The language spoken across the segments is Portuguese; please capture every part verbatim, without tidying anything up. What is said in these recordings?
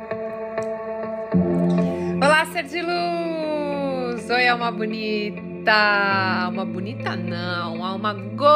Olá, ser de luz! Oi, alma bonita! Alma bonita não, alma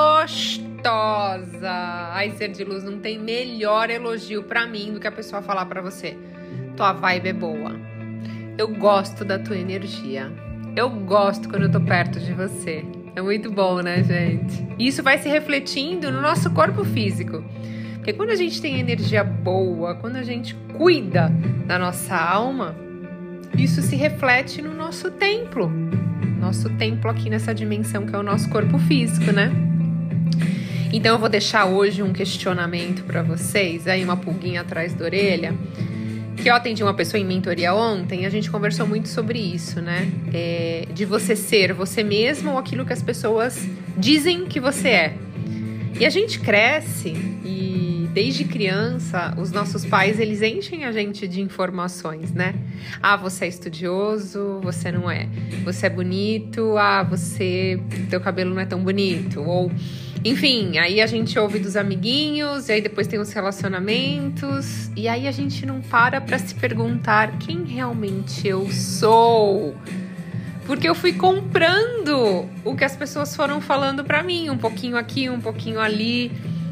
gostosa! Ai, ser de luz, não tem melhor elogio pra mim do que a pessoa falar pra você. Tua vibe é boa. Eu gosto da tua energia. Eu gosto quando eu tô perto de você. É muito bom, né, gente? Isso vai se refletindo no nosso corpo físico. Porque quando a gente tem energia boa, quando a gente cuida da nossa alma, isso se reflete no nosso templo. Nosso templo aqui nessa dimensão que é o nosso corpo físico, né? Então eu vou deixar hoje um questionamento para vocês, aí uma pulguinha atrás da orelha. Que eu atendi uma pessoa em mentoria ontem, a gente conversou muito sobre isso, né? É, de você ser você mesmo ou aquilo que as pessoas dizem que você é. E a gente cresce e desde criança, os nossos pais, eles enchem a gente de informações, né? Ah, você é estudioso, você não é. Você é bonito, ah, você, teu cabelo não é tão bonito. Ou, enfim, aí a gente ouve dos amiguinhos, e aí depois tem os relacionamentos, e aí a gente não para pra se perguntar quem realmente eu sou. Porque eu fui comprando o que as pessoas foram falando pra mim, um pouquinho aqui, um pouquinho ali.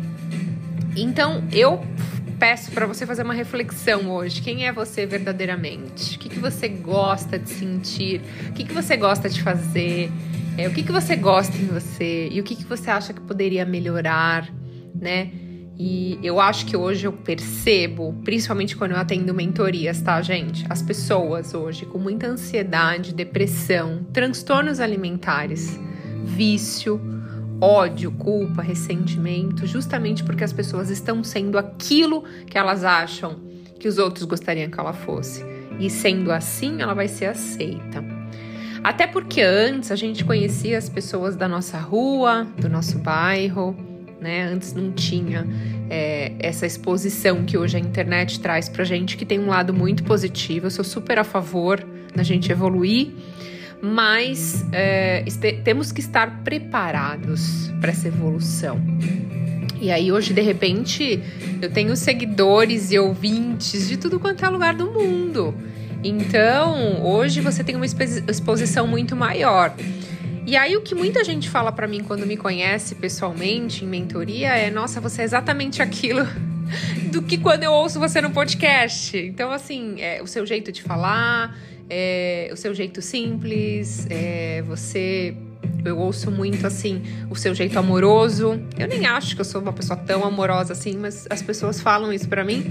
Então, eu peço pra você fazer uma reflexão hoje. Quem é você verdadeiramente? O que, que você gosta de sentir? O que, que você gosta de fazer? É, o que, que você gosta em você? E o que, que você acha que poderia melhorar, né? E eu acho que hoje eu percebo, principalmente quando eu atendo mentorias, tá, gente? As pessoas hoje com muita ansiedade, depressão, transtornos alimentares, vício, ódio, culpa, ressentimento, justamente porque as pessoas estão sendo aquilo que elas acham que os outros gostariam que ela fosse. E sendo assim, ela vai ser aceita. Até porque antes a gente conhecia as pessoas da nossa rua, do nosso bairro, né? Antes não tinha é, essa exposição que hoje a internet traz pra gente, que tem um lado muito positivo. Eu sou super a favor da gente evoluir, mas é, este, temos que estar preparados para essa evolução. E aí hoje, de repente, eu tenho seguidores e ouvintes de tudo quanto é lugar do mundo. Então, hoje você tem uma exposição muito maior. E aí o que muita gente fala pra mim quando me conhece pessoalmente, em mentoria, é: nossa, você é exatamente aquilo do que quando eu ouço você no podcast. Então, assim, é o seu jeito de falar, é o seu jeito simples, é você... Eu ouço muito, assim, o seu jeito amoroso. Eu nem acho que eu sou uma pessoa tão amorosa assim, mas as pessoas falam isso pra mim.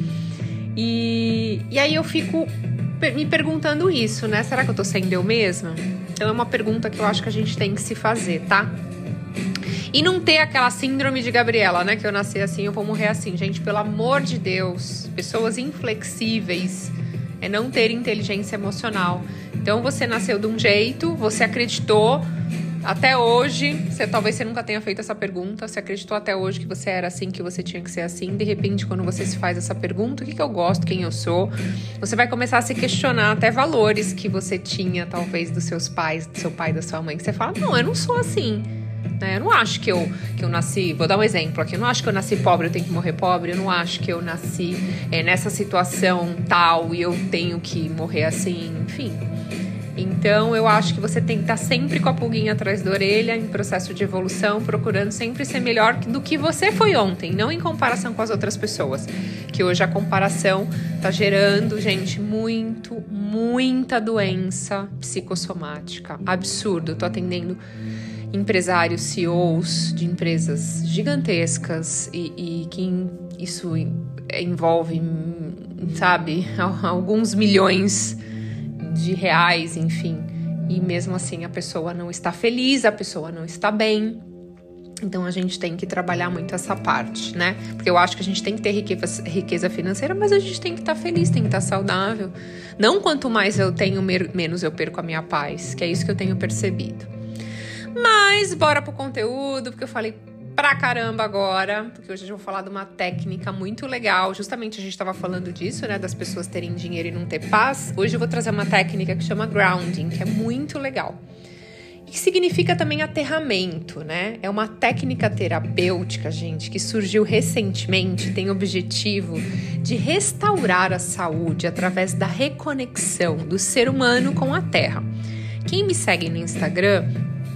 E, e aí eu fico me perguntando isso, né? Será que eu tô sendo eu mesma? Então é uma pergunta que eu acho que a gente tem que se fazer, tá? E não ter aquela síndrome de Gabriela, né? Que eu nasci assim, eu vou morrer assim. Gente, pelo amor de Deus, pessoas inflexíveis é não ter inteligência emocional. Então você nasceu de um jeito, você acreditou até hoje, você, talvez você nunca tenha feito essa pergunta, você acreditou até hoje que você era assim, que você tinha que ser assim. De repente, quando você se faz essa pergunta, o que, que eu gosto, quem eu sou, você vai começar a se questionar até valores que você tinha, talvez, dos seus pais, do seu pai, da sua mãe, que você fala: não, eu não sou assim. Eu não acho que eu, que eu nasci... Vou dar um exemplo aqui. Eu não acho que eu nasci pobre, eu tenho que morrer pobre. Eu não acho que eu nasci é, nessa situação tal e eu tenho que morrer assim. Enfim. Então, eu acho que você tem que estar sempre com a pulguinha atrás da orelha, em processo de evolução, procurando sempre ser melhor do que você foi ontem, não em comparação com as outras pessoas. Que hoje a comparação tá gerando, gente, muito, muita doença psicossomática. Absurdo. Eu tô atendendo empresários, C E Os de empresas gigantescas e, e que isso envolve, sabe, alguns milhões de reais, enfim. E mesmo assim a pessoa não está feliz, a pessoa não está bem. Então a gente tem que trabalhar muito essa parte, né? Porque eu acho que a gente tem que ter riqueza, riqueza financeira, mas a gente tem que estar feliz, tem que estar saudável. Não quanto mais eu tenho, menos eu perco a minha paz, que é isso que eu tenho percebido. Mas bora pro conteúdo, porque eu falei pra caramba agora, porque hoje eu vou falar de uma técnica muito legal. Justamente a gente tava falando disso, né, das pessoas terem dinheiro e não ter paz. Hoje eu vou trazer uma técnica que chama grounding, que é muito legal. que significa também aterramento, né? É uma técnica terapêutica, gente, que surgiu recentemente, tem o objetivo de restaurar a saúde através da reconexão do ser humano com a Terra. Quem me segue no Instagram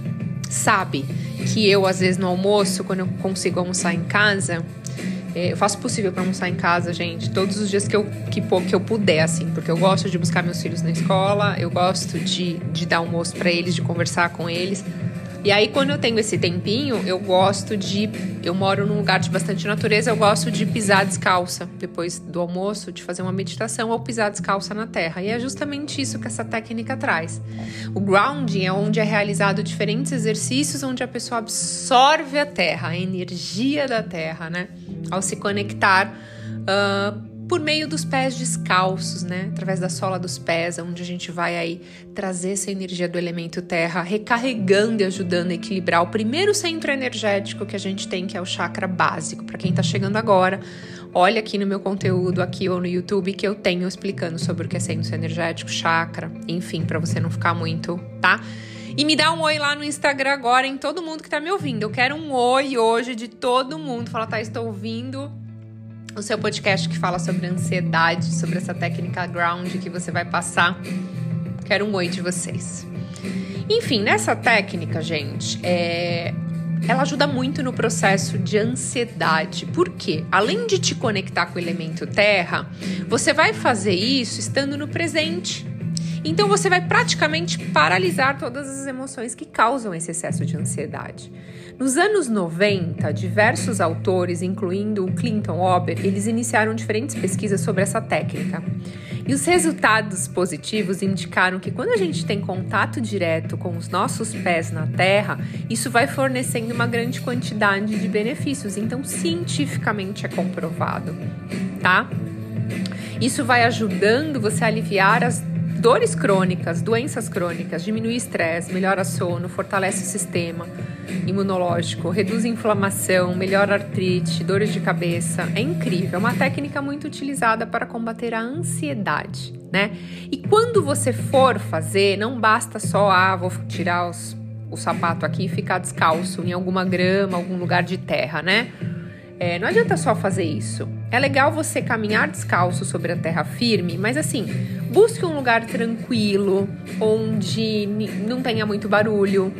sabe que eu, às vezes, no almoço, quando eu consigo almoçar em casa, eu faço o possível para almoçar em casa, gente, todos os dias que eu, que, que eu puder, assim, porque eu gosto de buscar meus filhos na escola, eu gosto de, de dar almoço para eles, de conversar com eles. E aí, quando eu tenho esse tempinho, eu gosto de... Eu moro num lugar de bastante natureza, eu gosto de pisar descalça. Depois do almoço, de fazer uma meditação ou pisar descalça na terra. E é justamente isso que essa técnica traz. O grounding é onde é realizado diferentes exercícios, onde a pessoa absorve a terra, a energia da terra, né? Ao se conectar uh, por meio dos pés descalços, né? Através da sola dos pés, onde a gente vai aí trazer essa energia do elemento terra, recarregando e ajudando a equilibrar o primeiro centro energético que a gente tem, que é o chakra básico. Para quem tá chegando agora, olha aqui no meu conteúdo, aqui ou no YouTube, que eu tenho explicando sobre o que é centro energético, chakra, enfim, para você não ficar muito, tá? E me dá um oi lá no Instagram agora, em todo mundo que tá me ouvindo. Eu quero um oi hoje de todo mundo. Fala, tá, estou ouvindo o seu podcast que fala sobre ansiedade, sobre essa técnica ground que você vai passar. Quero um oi de vocês. Enfim, nessa técnica, gente, é... ela ajuda muito no processo de ansiedade. Por quê? Além de te conectar com o elemento terra, você vai fazer isso estando no presente. Então você vai praticamente paralisar todas as emoções que causam esse excesso de ansiedade. Nos anos noventa, diversos autores, incluindo o Clinton Ober, eles iniciaram diferentes pesquisas sobre essa técnica. E os resultados positivos indicaram que quando a gente tem contato direto com os nossos pés na terra, isso vai fornecendo uma grande quantidade de benefícios. Então, cientificamente é comprovado, tá? Isso vai ajudando você a aliviar as dores crônicas, doenças crônicas, diminui estresse, melhora sono, fortalece o sistema imunológico, reduz inflamação, melhora artrite, dores de cabeça. É incrível, é uma técnica muito utilizada para combater a ansiedade, né? E quando você for fazer, não basta só, ah, vou tirar os, o sapato aqui e ficar descalço em alguma grama, algum lugar de terra, né? É, não adianta só fazer isso. É legal você caminhar descalço sobre a terra firme, mas assim, busque um lugar tranquilo, onde não tenha muito barulho.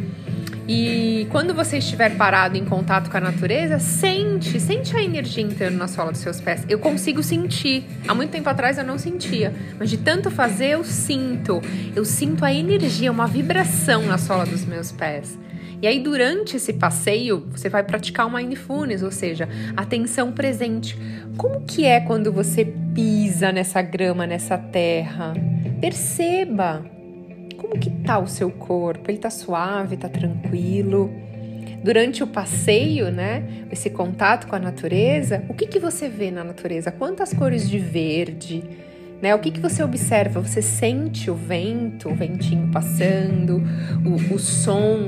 E quando você estiver parado em contato com a natureza, sente, sente a energia entrando na sola dos seus pés. Eu consigo sentir. Há muito tempo atrás eu não sentia, mas de tanto fazer eu sinto. Eu sinto a energia, uma vibração na sola dos meus pés. E aí, durante esse passeio, você vai praticar o mindfulness, ou seja, atenção presente. Como que é quando você pisa nessa grama, nessa terra? Perceba como que tá o seu corpo. Ele tá suave, tá tranquilo? Durante o passeio, né, esse contato com a natureza, o que que você vê na natureza? Quantas cores de verde? Né? O que que você observa? Você sente o vento, o ventinho passando, o, o som,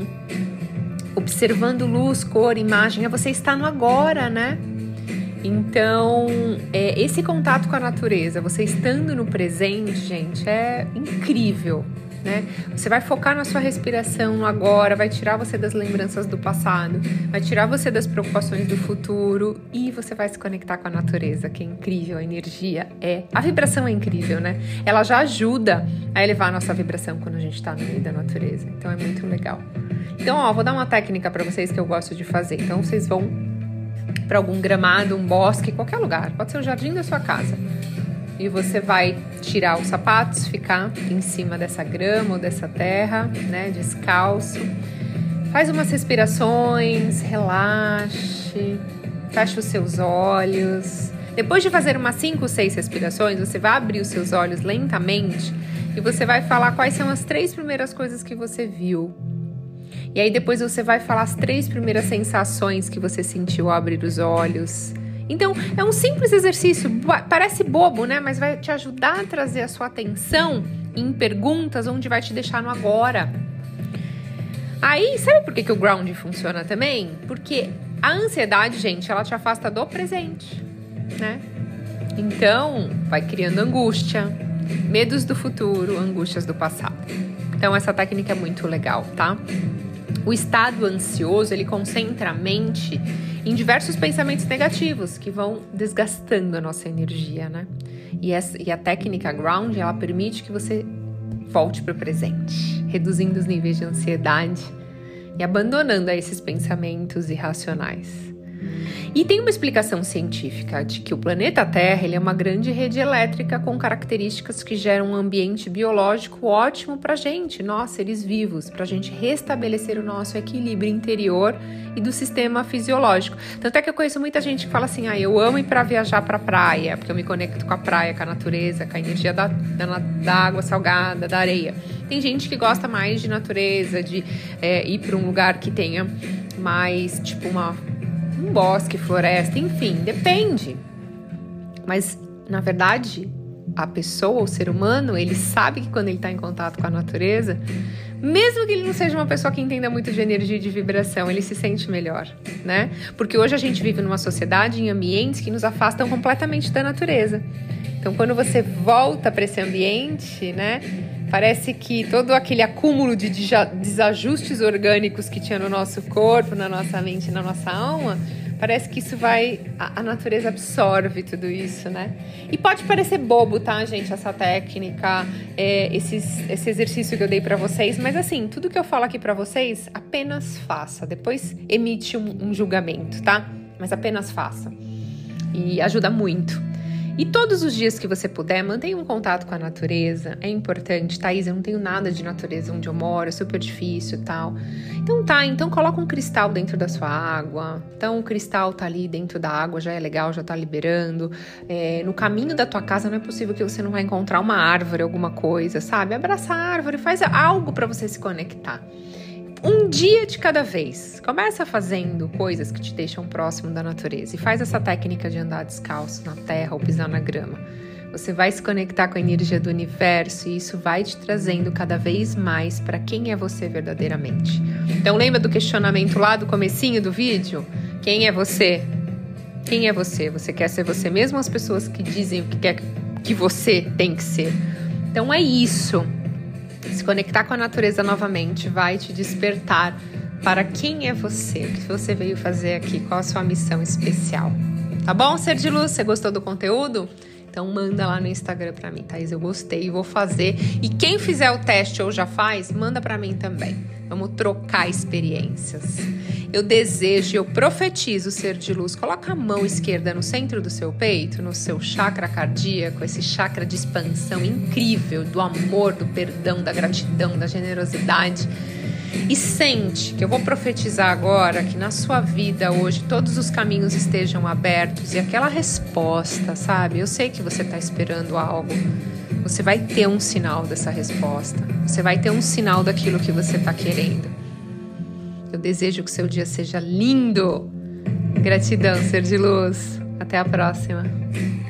observando luz, cor, imagem. Você está no agora, né? Então, é, esse contato com a natureza, você estando no presente, gente, é incrível, né? Você vai focar na sua respiração no agora, vai tirar você das lembranças do passado, vai tirar você das preocupações do futuro e você vai se conectar com a natureza, que é incrível, a energia é... A vibração é incrível, né? Ela já ajuda a elevar a nossa vibração quando a gente está no meio da natureza, então é muito legal. Então, ó, vou dar uma técnica para vocês que eu gosto de fazer. Então, vocês vão para algum gramado, um bosque, qualquer lugar, pode ser o jardim da sua casa. E você vai tirar os sapatos, ficar em cima dessa grama ou dessa terra, né, descalço. Faz umas respirações, relaxe, fecha os seus olhos. Depois de fazer umas cinco, seis respirações, você vai abrir os seus olhos lentamente e você vai falar quais são as três primeiras coisas que você viu. E aí depois você vai falar as três primeiras sensações que você sentiu ao abrir os olhos. Então, é um simples exercício, parece bobo, né? Mas vai te ajudar a trazer a sua atenção em perguntas onde vai te deixar no agora. Aí, sabe por que, que o grounding funciona também? Porque a ansiedade, gente, ela te afasta do presente, né? Então, vai criando angústia, medos do futuro, angústias do passado. Então essa técnica é muito legal, tá? O estado ansioso, ele concentra a mente em diversos pensamentos negativos que vão desgastando a nossa energia, né? E, essa, e a técnica Ground, ela permite que você volte para o presente, reduzindo os níveis de ansiedade e abandonando esses pensamentos irracionais. E tem uma explicação científica de que o planeta Terra ele é uma grande rede elétrica com características que geram um ambiente biológico ótimo para a gente, nós, seres vivos, para a gente restabelecer o nosso equilíbrio interior e do sistema fisiológico. Tanto é que eu conheço muita gente que fala assim, ah, eu amo ir para viajar para a praia, porque eu me conecto com a praia, com a natureza, com a energia da, da, da água salgada, da areia. Tem gente que gosta mais de natureza, de é, ir para um lugar que tenha mais, tipo, uma... um bosque, floresta, enfim, depende. Mas, na verdade, a pessoa, o ser humano, ele sabe que quando ele está em contato com a natureza, mesmo que ele não seja uma pessoa que entenda muito de energia e de vibração, ele se sente melhor, né? Porque hoje a gente vive numa sociedade, em ambientes que nos afastam completamente da natureza. Então, quando você volta para esse ambiente, né? Parece que todo aquele acúmulo de desajustes orgânicos que tinha no nosso corpo, na nossa mente, na nossa alma, parece que isso vai... A, a natureza absorve tudo isso, né? E pode parecer bobo, tá, gente, essa técnica, é, esses, esse exercício que eu dei pra vocês, mas assim, tudo que eu falo aqui pra vocês, apenas faça. Depois emite um, um julgamento, tá? Mas apenas faça. E ajuda muito. E todos os dias que você puder, mantenha um contato com a natureza. É importante, Thaís, eu não tenho nada de natureza onde eu moro, é super difícil e tal. Então tá, então coloca um cristal dentro da sua água. Então o cristal tá ali dentro da água, já é legal, já tá liberando. É, no caminho da tua casa não é possível que você não vai encontrar uma árvore, alguma coisa, sabe? Abraça a árvore, faz algo para você se conectar. Um dia de cada vez. Começa fazendo coisas que te deixam próximo da natureza. E faz essa técnica de andar descalço na terra ou pisar na grama. Você vai se conectar com a energia do universo e isso vai te trazendo cada vez mais para quem é você verdadeiramente. Então lembra do questionamento lá do comecinho do vídeo? Quem é você? Quem é você? Você quer ser você mesmo ou as pessoas que dizem o que quer que você tem que ser? Então é isso. Se conectar com a natureza novamente vai te despertar para quem é você, o que você veio fazer aqui, qual a sua missão especial. Tá bom, ser de luz? Você gostou do conteúdo? Então manda lá no Instagram pra mim, Thaís, eu gostei, vou fazer. E quem fizer o teste ou já faz, manda pra mim também. Vamos trocar experiências. Eu desejo, eu profetizo ser de luz. Coloca a mão esquerda no centro do seu peito, no seu chakra cardíaco, esse chakra de expansão incrível, do amor, do perdão, da gratidão, da generosidade. E sente que eu vou profetizar agora que na sua vida hoje todos os caminhos estejam abertos e aquela resposta, sabe? Eu sei que você está esperando algo. Você vai ter um sinal dessa resposta. Você vai ter um sinal daquilo que você está querendo. Eu desejo que seu dia seja lindo. Gratidão, ser de luz. Até a próxima.